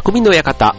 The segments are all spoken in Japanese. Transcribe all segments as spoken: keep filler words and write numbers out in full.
匠の館。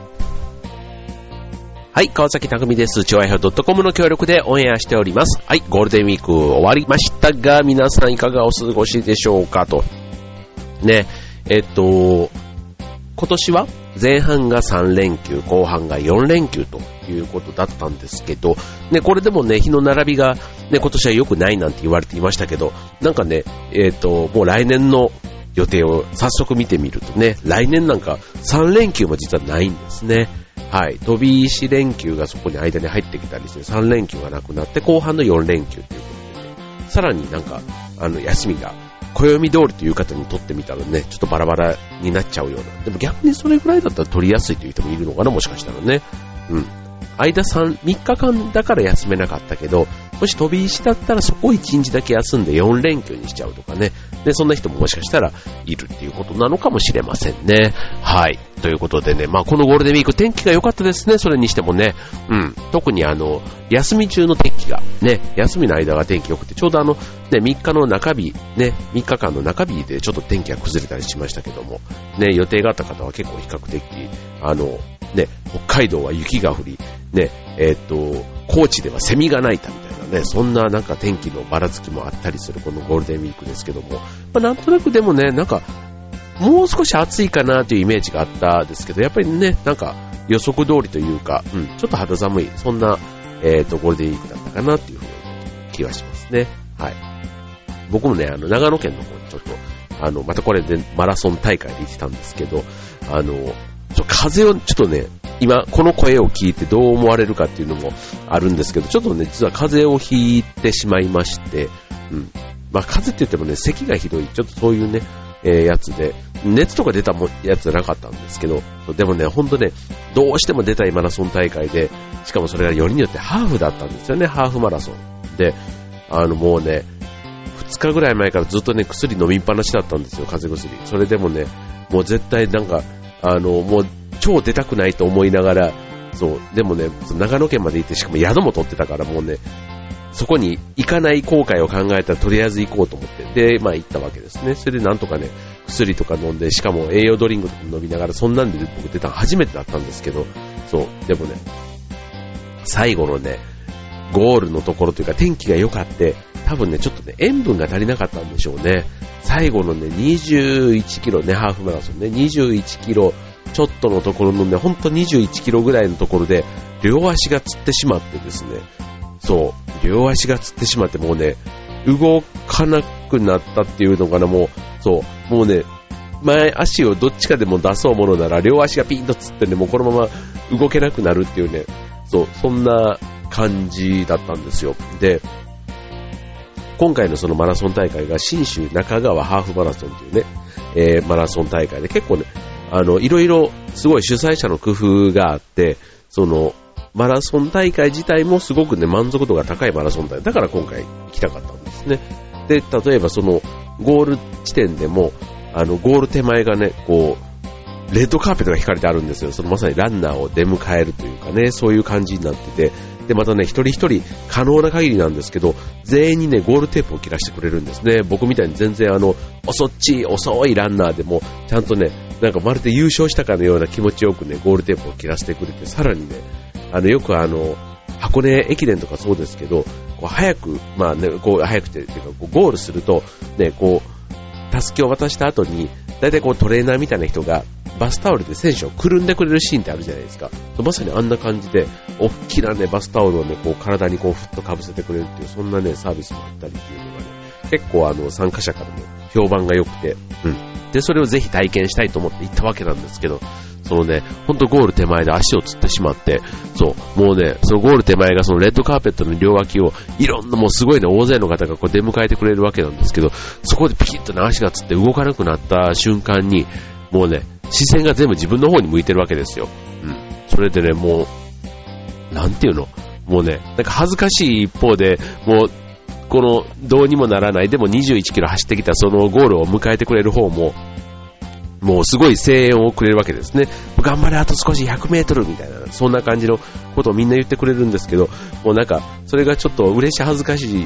はい、川崎匠です。ちょあひょ .com の協力でオンエアしております。はい、ゴールデンウィーク終わりましたが、皆さんいかがお過ごしでしょうかと。ね、えっと、今年は前半がさん連休、後半がよん連休ということだったんですけど、ね、これでもね、日の並びがね、今年は良くないなんて言われていましたけど、なんかね、えっと、もう来年の予定を早速見てみるとね、来年なんかさん連休も実はないんですね。はい。飛び石連休がそこに間に入ってきたりして、さん連休がなくなって、後半のよん連休ということで、ね、さらになんか、あの、休みが、暦通りという方にとってみたらね、ちょっとバラバラになっちゃうような。でも逆にそれぐらいだったら取りやすいという人もいるのかな、もしかしたらね。うん。間さん、みっかかんだから休めなかったけど、もし飛び石だったらそこいちにちだけ休んでよん連休にしちゃうとかね。で、そんな人ももしかしたらいるっていうことなのかもしれませんね。はい。ということでね、まあこのゴールデンウィーク天気が良かったですね。それにしてもね。うん。特にあの、休み中の天気が、ね、休みの間が天気良くて、ちょうどあの、ね、みっかの中日、ね、みっかかんの中日でちょっと天気が崩れたりしましたけども、ね、予定があった方は結構比較的、あの、ね、北海道は雪が降り、ね、えっと、高知ではセミが鳴いたみたいなね、そんななんか天気のばらつきもあったりするこのゴールデンウィークですけども、まあ、なんとなくでもね、なんか、もう少し暑いかなというイメージがあったですけど、やっぱりね、なんか予測通りというか、うん、ちょっと肌寒い、そんな、えっと、ゴールデンウィークだったかなっていうふうな気がしますね。はい。僕もね、あの、長野県の方にちょっと、あの、またこれでマラソン大会で行ってたんですけど、あの、ちょ風をちょっとね、今この声を聞いてどう思われるかっていうのもあるんですけど、ちょっとね、実は風邪をひいてしまいまして、うん。まあ風邪って言ってもね、咳がひどい、ちょっとそういうね、えー、やつで、熱とか出たもやつじゃなかったんですけど、でもね、ほんとね、どうしても出たいマラソン大会で、しかもそれがよりによってハーフだったんですよね、ハーフマラソン。で、あのもうね、ふつかぐらい前からずっとね、薬飲みっぱなしだったんですよ、風邪薬。それでもね、もう絶対なんか、あの、もう超出たくないと思いながら、そう、でもね、長野県まで行って、しかも宿も取ってたからもうね、そこに行かない後悔を考えたらとりあえず行こうと思って、で、まあ行ったわけですね。それでなんとかね、薬とか飲んで、しかも栄養ドリンクとか飲みながら、そんなんで僕出たの初めてだったんですけど、そう、でもね、最後のね、ゴールのところというか天気が良かって、多分ね、ちょっとね、塩分が足りなかったんでしょうね。最後のね、にじゅういちキロね、ハーフマラソンね、にじゅういちキロちょっとのところのね、ほんとにじゅういちキロぐらいのところで、両足がつってしまってですね、そう、両足がつってしまって、もうね、動かなくなったっていうのかな、もう、そう、もうね、前足をどっちかでも出そうものなら、両足がピンとつってね、もうこのまま動けなくなるっていうね、そう、そんな感じだったんですよ。で、今回のそのマラソン大会が信州中川ハーフマラソンというね、えー、マラソン大会で結構ね、あの、いろいろすごい主催者の工夫があって、その、マラソン大会自体もすごくね、満足度が高いマラソン大会。だから今回行きたかったんですね。で、例えばその、ゴール地点でも、あの、ゴール手前がね、こう、レッドカーペットが引かれてあるんですよ。そのまさにランナーを出迎えるというかね、そういう感じになってて、で、またね、一人一人可能な限りなんですけど、全員にね、ゴールテープを切らしてくれるんですね。僕みたいに全然あの、遅っちい、遅いランナーでも、ちゃんとね、なんかまるで優勝したかのような気持ちよくね、ゴールテープを切らせてくれて、さらにね、あの、よくあの、箱根駅伝とかそうですけど、こう早く、まあね、こう早くて、っていうかこうゴールすると、ね、こう、タスキを渡した後に、だいたいこうトレーナーみたいな人が、バスタオルで選手をくるんでくれるシーンってあるじゃないですか。まさにあんな感じで、大きなね、バスタオルをね、こう体にこうふっとかぶせてくれるっていう、そんなね、サービスもあったりっていうのがね、結構あの、参加者からも評判が良くて、うん。で、それをぜひ体験したいと思って行ったわけなんですけど、そのね、ほんとゴール手前で足をつってしまって、そう、もうね、そのゴール手前がそのレッドカーペットの両脇を、いろんなもうすごいね、大勢の方がこう出迎えてくれるわけなんですけど、そこでピキッとね、足がつって動かなくなった瞬間に、もうね、視線が全部自分の方に向いてるわけですよ。うん。それでね、もう、なんていうの？もうね、なんか恥ずかしい一方で、もう、この、どうにもならない、でもにじゅういちキロ走ってきたそのゴールを迎えてくれる方も、もうすごい声援をくれるわけですね。頑張れあと少しひゃくメートルみたいな、そんな感じのことをみんな言ってくれるんですけど、もうなんか、それがちょっと嬉し恥ずかしい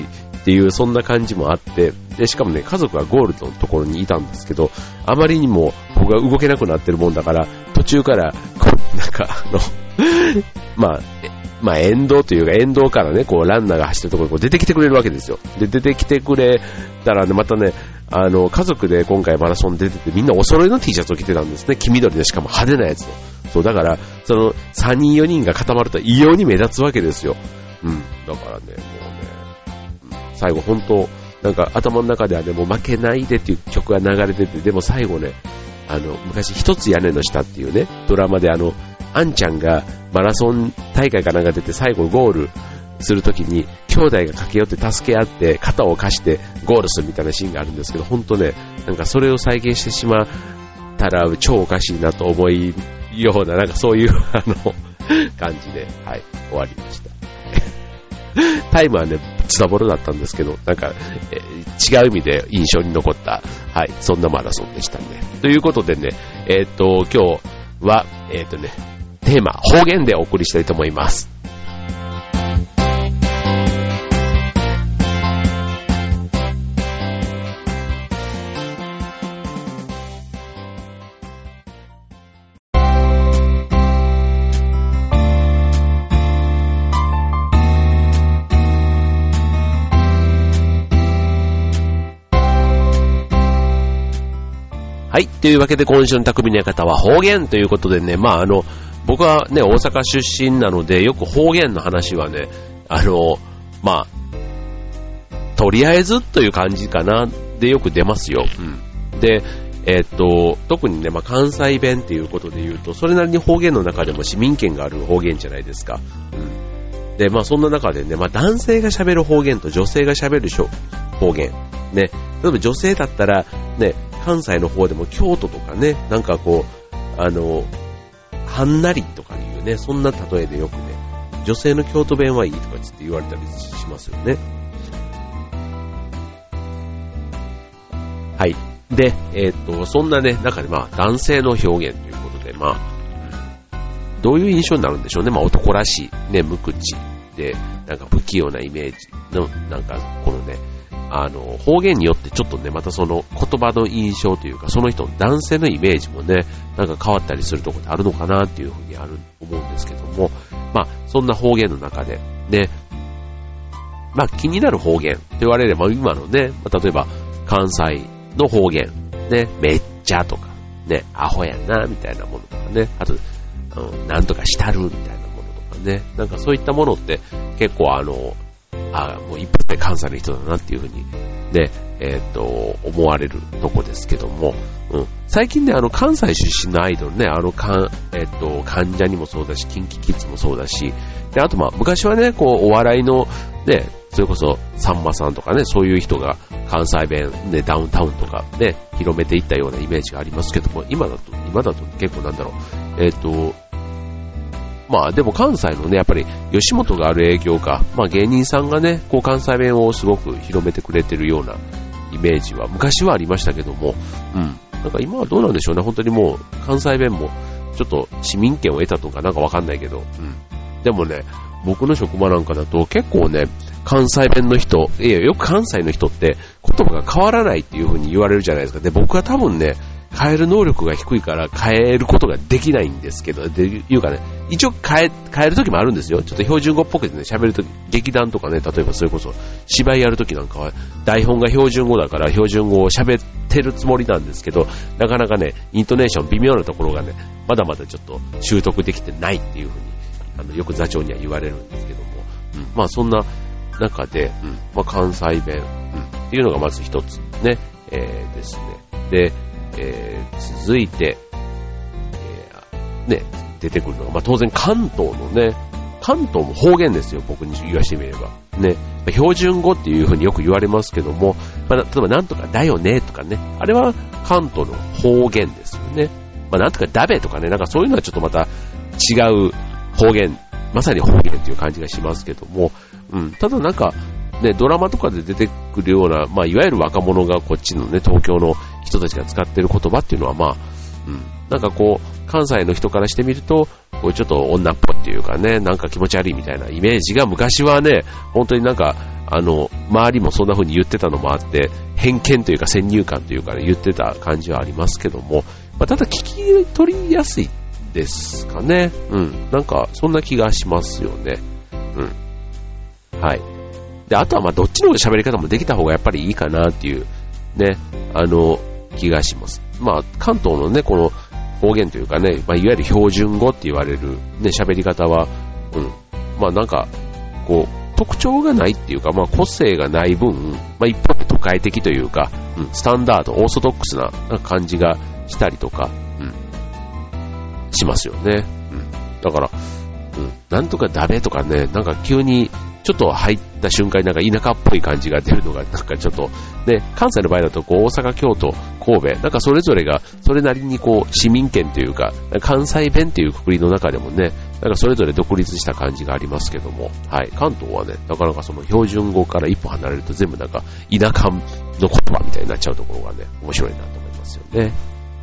っていう、そんな感じもあって、で、しかもね、家族はゴールのところにいたんですけど、あまりにも僕が動けなくなってるもんだから、途中から、こう、なんか、あの、まあ、まあ、沿道というか、沿道からね、こう、ランナーが走ってるところにこう出てきてくれるわけですよ。で、出てきてくれたらね、またね、あの、家族で今回マラソン出てて、みんなお揃いの T シャツを着てたんですね。黄緑でしかも派手なやつの。そう、だから、その、さんにんよにんが固まると異様に目立つわけですよ。うん。だからね、もうね、うん、最後本当、なんか頭の中ではね、もう負けないでっていう曲が流れてて、でも最後ね、あの、昔一つ屋根の下っていうね、ドラマであの、あんちゃんがマラソン大会かなんか出て最後ゴールするときに兄弟が駆け寄って助け合って肩を貸してゴールするみたいなシーンがあるんですけど、本当ね、なんかそれを再現してしまったら超おかしいなと思いような、なんかそういうあの感じで、はい、終わりました。タイムはね、ズタボロだったんですけど、なんか、えー、違う意味で印象に残った、はい、そんなマラソンでしたね。ということでね、えー、っと、今日は、えー、っとね、テーマ、方言でお送りしたいと思います。はい。というわけで今週の匠の館は方言ということでね、まああの、僕はね、大阪出身なので、よく方言の話はね、あの、まあ、とりあえずという感じかな、でよく出ますよ。うん。で、えー、っと、特にね、まあ関西弁っていうことで言うと、それなりに方言の中でも市民権がある方言じゃないですか。うん。で、まあそんな中でね、まあ男性が喋る方言と女性が喋る方言。ね。例えば女性だったら、ね、関西の方でも京都とかね、なんかこう、あの、はんなりとかいうね、そんな例えでよくね、女性の京都弁はいいとかつって言われたりしますよね。はい。で、えー、っと、そんなね、中でまあ、男性の表現ということで、まあ、うん、どういう印象になるんでしょうね。まあ、男らしい、ね、無口で、なんか不器用なイメージの、なんか、このね、あの、方言によってちょっとね、またその言葉の印象というか、その人の男性のイメージもね、なんか変わったりするところってあるのかなっていうふうにある、思うんですけども、まあ、そんな方言の中で、ね、まあ気になる方言って言われれば、今のね、まあ、例えば関西の方言、ね、めっちゃとか、ね、アホやな、みたいなものとかね、あと、うん、なんとかしたるみたいなものとかね、なんかそういったものって結構あの、あもう一発で関西の人だなっていうふうにね、えっと、思われるとこですけども、うん、最近ね、あの、関西出身のアイドルね、あの、かん、えっと、関ジャニもそうだし、キンキキッズもそうだし、で、あとまあ、昔はね、こう、お笑いの、ね、それこそ、さんまさんとかね、そういう人が関西弁、ね、ダウンタウンとかね、広めていったようなイメージがありますけども、今だと、今だと結構なんだろう、えっと、まあでも関西のね、やっぱり吉本がある影響か、まあ芸人さんがね、こう関西弁をすごく広めてくれてるようなイメージは昔はありましたけども、うん。なんか今はどうなんでしょうね、本当にもう関西弁もちょっと市民権を得たとかなんかわかんないけど、うん。でもね、僕の職場なんかだと結構ね、関西弁の人、いや、よく関西の人って言葉が変わらないっていう風に言われるじゃないですか。で、僕は多分ね、変える能力が低いから変えることができないんですけど、でいうかね、一応変え、変えるときもあるんですよ。ちょっと標準語っぽくてね、喋るとき、劇団とかね、例えばそれこそ芝居やるときなんかは、台本が標準語だから標準語を喋ってるつもりなんですけど、なかなかね、イントネーション微妙なところがね、まだまだちょっと習得できてないっていうふうに、あの、よく座長には言われるんですけども、うん、まあそんな中で、うん、まあ関西弁、うん、っていうのがまず一つね、えー、ですね。で、えー、続いて、えー、ね、出てくるのが、まあ、当然関東のね、関東も方言ですよ、僕に言わせてみれば。ね、標準語っていう風によく言われますけども、まあ、例えばなんとかだよねとかね、あれは関東の方言ですよね。まあ、なんとかだべとかね、なんかそういうのはちょっとまた違う方言、まさに方言っていう感じがしますけども、うん、ただなんか、ね、ドラマとかで出てくるような、まあ、いわゆる若者がこっちのね、東京の人たちが使ってる言葉っていうのは、まあ、うん、なんかこう、関西の人からしてみると、こうちょっと女っぽいっていうかね、なんか気持ち悪いみたいなイメージが昔はね、本当になんか、 あの、周りもそんな風に言ってたのもあって、偏見というか先入観というかね、言ってた感じはありますけども、まあ、ただ聞き取りやすいですかね。うん。なんか、そんな気がしますよね。うん。はい。で、あとはまあ、どっちの喋り方もできた方がやっぱりいいかなっていう、ね、あの、気がします。まあ、関東のね、この方言というかね、まあ、いわゆる標準語って言われるね、喋り方は、うん。まあ、なんか、こう、特徴がないっていうか、まあ、個性がない分、まあ、一方で都会的というか、うん、スタンダード、オーソドックスな感じがしたりとか、うん、しますよね。うん、だから、うん、なんとかダメとかね、なんか急にちょっと入った瞬間になんか田舎っぽい感じが出るのが、なんかちょっと、ね、関西の場合だとこう大阪、京都、神戸、なんかそれぞれがそれなりにこう市民権というか、関西弁というくくりの中でもね、なんかそれぞれ独立した感じがありますけども、はい、関東はね、なかなかその標準語から一歩離れると全部なんか田舎の言葉みたいになっちゃうところがね、面白いなと思いますよね。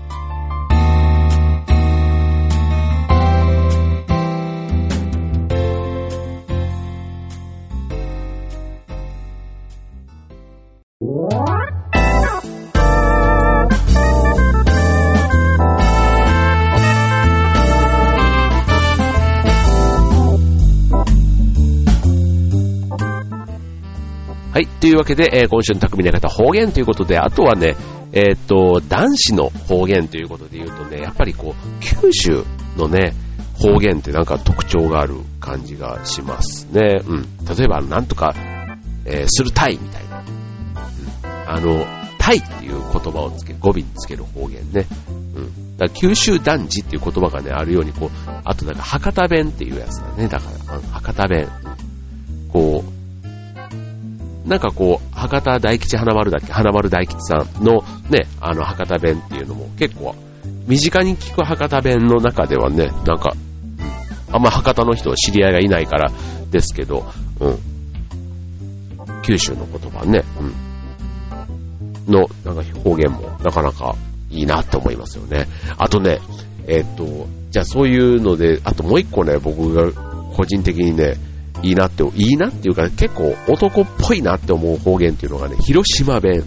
はい。というわけで、えー、今週の匠の方方言ということで、あとはね、えっと、男子の方言ということで言うとね、やっぱりこう、九州のね、方言ってなんか特徴がある感じがしますね。うん。例えば、なんとか、えー、するたいみたいな。うん。あの、たいっていう言葉をつけ、語尾につける方言ね。うん。だから九州男児っていう言葉がね、あるように、こう、あとなんか博多弁っていうやつだね。だから、博多弁。こう、なんかこう、博多大吉花丸だっけ花丸大吉さんのね、あの博多弁っていうのも結構、身近に聞く博多弁の中ではね、なんか、うん、あんま博多の人知り合いがいないからですけど、うん。九州の言葉ね、うん。の、なんか方言もなかなかいいなって思いますよね。あとね、えー、っと、じゃあそういうので、あともう一個ね、僕が個人的にね、いいなって、いいなっていうか、結構男っぽいなって思う方言っていうのがね、広島弁。うん。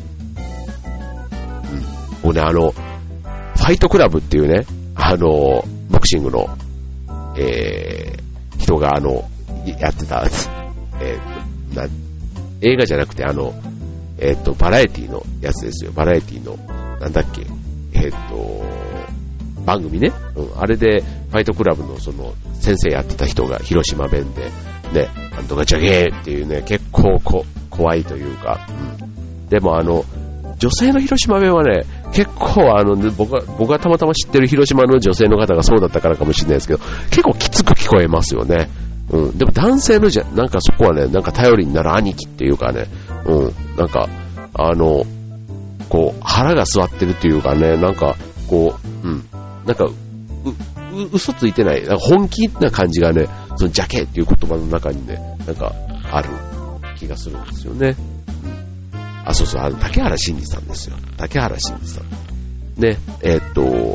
僕ね、あの、ファイトクラブっていうね、あの、ボクシングの、えー、人があの、やってた、えー、な、映画じゃなくてあの、えっと、バラエティのやつですよ。バラエティの、なんだっけ、えっと、番組ね。うん。あれで、ファイトクラブのその、先生やってた人が広島弁で、ね、なんとかジャゲーっていうね、結構こ怖いというか、うん。でもあの、女性の広島弁はね、結構あの、僕が、僕がたまたま知ってる広島の女性の方がそうだったからかもしれないですけど、結構きつく聞こえますよね。うん。でも男性のじゃ、なんかそこはね、なんか頼りになる兄貴っていうかね、うん。なんか、あの、こう、腹が座ってるっていうかね、なんか、こう、うん。なんか、う、う、嘘ついてない、なんか本気な感じがね、そのジャケっていう言葉の中にね、なんか、ある気がするんですよね。うん、あ、そうそう、あの、竹原慎二さんですよ。竹原慎二さん。ね、えー、っと、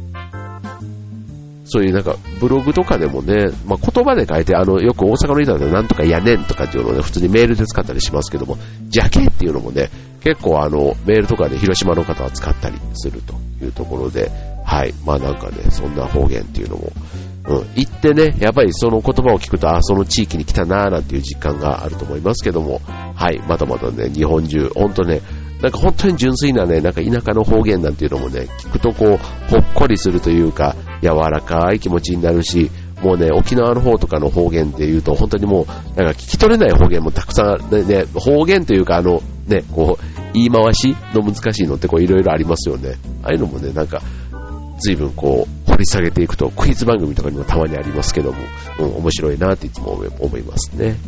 そういうなんか、ブログとかでもね、まあ、言葉で書いて、あの、よく大阪の人だとなんとかやねんとかっていうのをね、普通にメールで使ったりしますけども、ジャケっていうのもね、結構あの、メールとかで広島の方は使ったりするというところで、はい。まあなんかね、そんな方言っていうのも、うん。言ってね、やっぱりその言葉を聞くと、あ、その地域に来たなーなんていう実感があると思いますけども、はい。まだまだね、日本中、ほんとね、なんか本当に純粋なね、なんか田舎の方言なんていうのもね、聞くとこう、ほっこりするというか、柔らかい気持ちになるし、もうね、沖縄の方とかの方言で言うと、本当にもう、なんか聞き取れない方言もたくさんある、ね、方言というか、あの、ね、こう、言い回しの難しいのってこう、いろいろありますよね。ああいうのもね、なんか、随分こう、掘り下げていくと、クイズ番組とかにもたまにありますけども、うん、面白いなっていつも思いますね。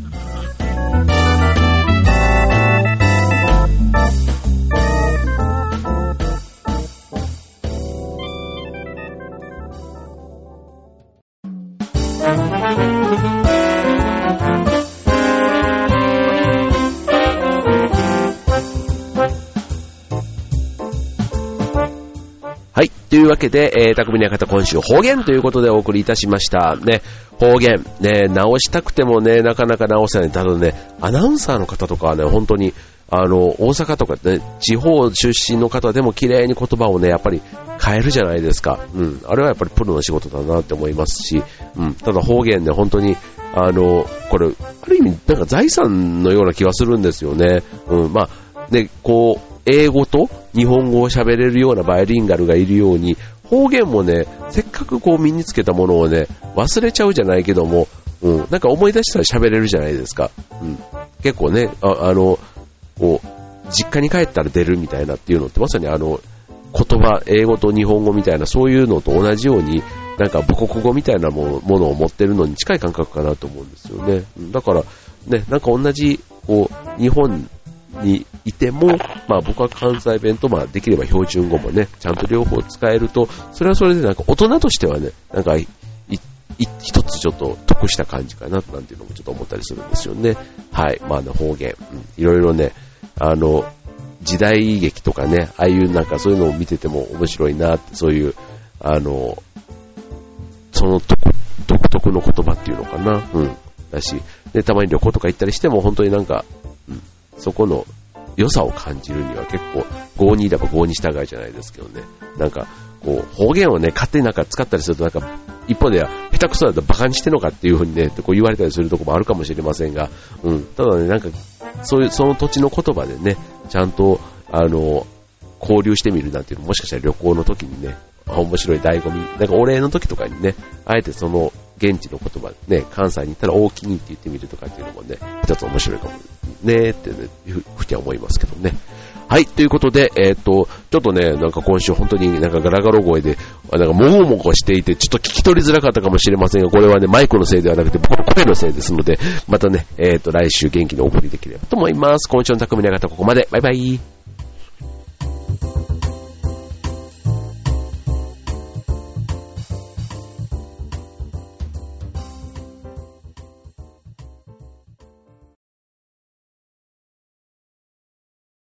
はい。 というわけで、えー、匠の館今週方言ということでお送りいたしました。ね、方言、ね、直したくてもね、なかなか直せない。ただね、アナウンサーの方とかはね、本当に、あの、大阪とかね、地方出身の方でも綺麗に言葉をね、やっぱり変えるじゃないですか。うん。あれはやっぱりプロの仕事だなって思いますし、うん。ただ方言ね、本当に、あの、これ、ある意味、なんか財産のような気がするんですよね。うん。まあ、ね、こう、英語と日本語を喋れるようなバイリンガルがいるように、方言もね、せっかくこう身につけたものをね、忘れちゃうじゃないけども、うん。なんか思い出したら喋れるじゃないですか。うん。結構ね、あ、あの、こう、実家に帰ったら出るみたいなっていうのってまさにあの、言葉、英語と日本語みたいなそういうのと同じように、なんか母国語みたいなものを持ってるのに近い感覚かなと思うんですよね。だから、ね、なんか同じ、こう、日本にいても、まあ僕は関西弁とまあできれば標準語もね、ちゃんと両方使えると、それはそれでなんか大人としてはね、なんかい、い一つちょっと得した感じかななんていうのもちょっと思ったりするんですよね。はい。まあね、方言、うん、いろいろね、あの、時代劇とかね、ああいうなんかそういうのを見てても面白いなって、そういう、あの、その独特の言葉っていうのかな。うん。だし、で、たまに旅行とか行ったりしても本当になんか、うん、そこの良さを感じるには結構、郷にいれば郷に従いじゃないですけどね。なんか、こう、方言をね、勝手になんか使ったりするとなんか、一方では、下手くそだとバカにしてんのかっていうふうにね、こう言われたりするところもあるかもしれませんが、うん。ただね、なんか、そういう、その土地の言葉でね、ちゃんと、あの、交流してみるなんていうのもしかしたら旅行の時にね、面白い醍醐味、なんかお礼の時とかにね、あえてその現地の言葉でね、関西に行ったら大きにって言ってみるとかっていうのもね、一つ面白いかもねってね、ふ, ふきは思いますけどね。はい、ということで、えっと、ちょっとね、なんか今週本当になんかガラガラ声で、なんかもごもごしていて、ちょっと聞き取りづらかったかもしれませんが、これはね、マイクのせいではなくて、僕の声のせいですので、またね、えっと、来週元気にお送りできればと思います。今週の匠の館ここまで。バイバイ。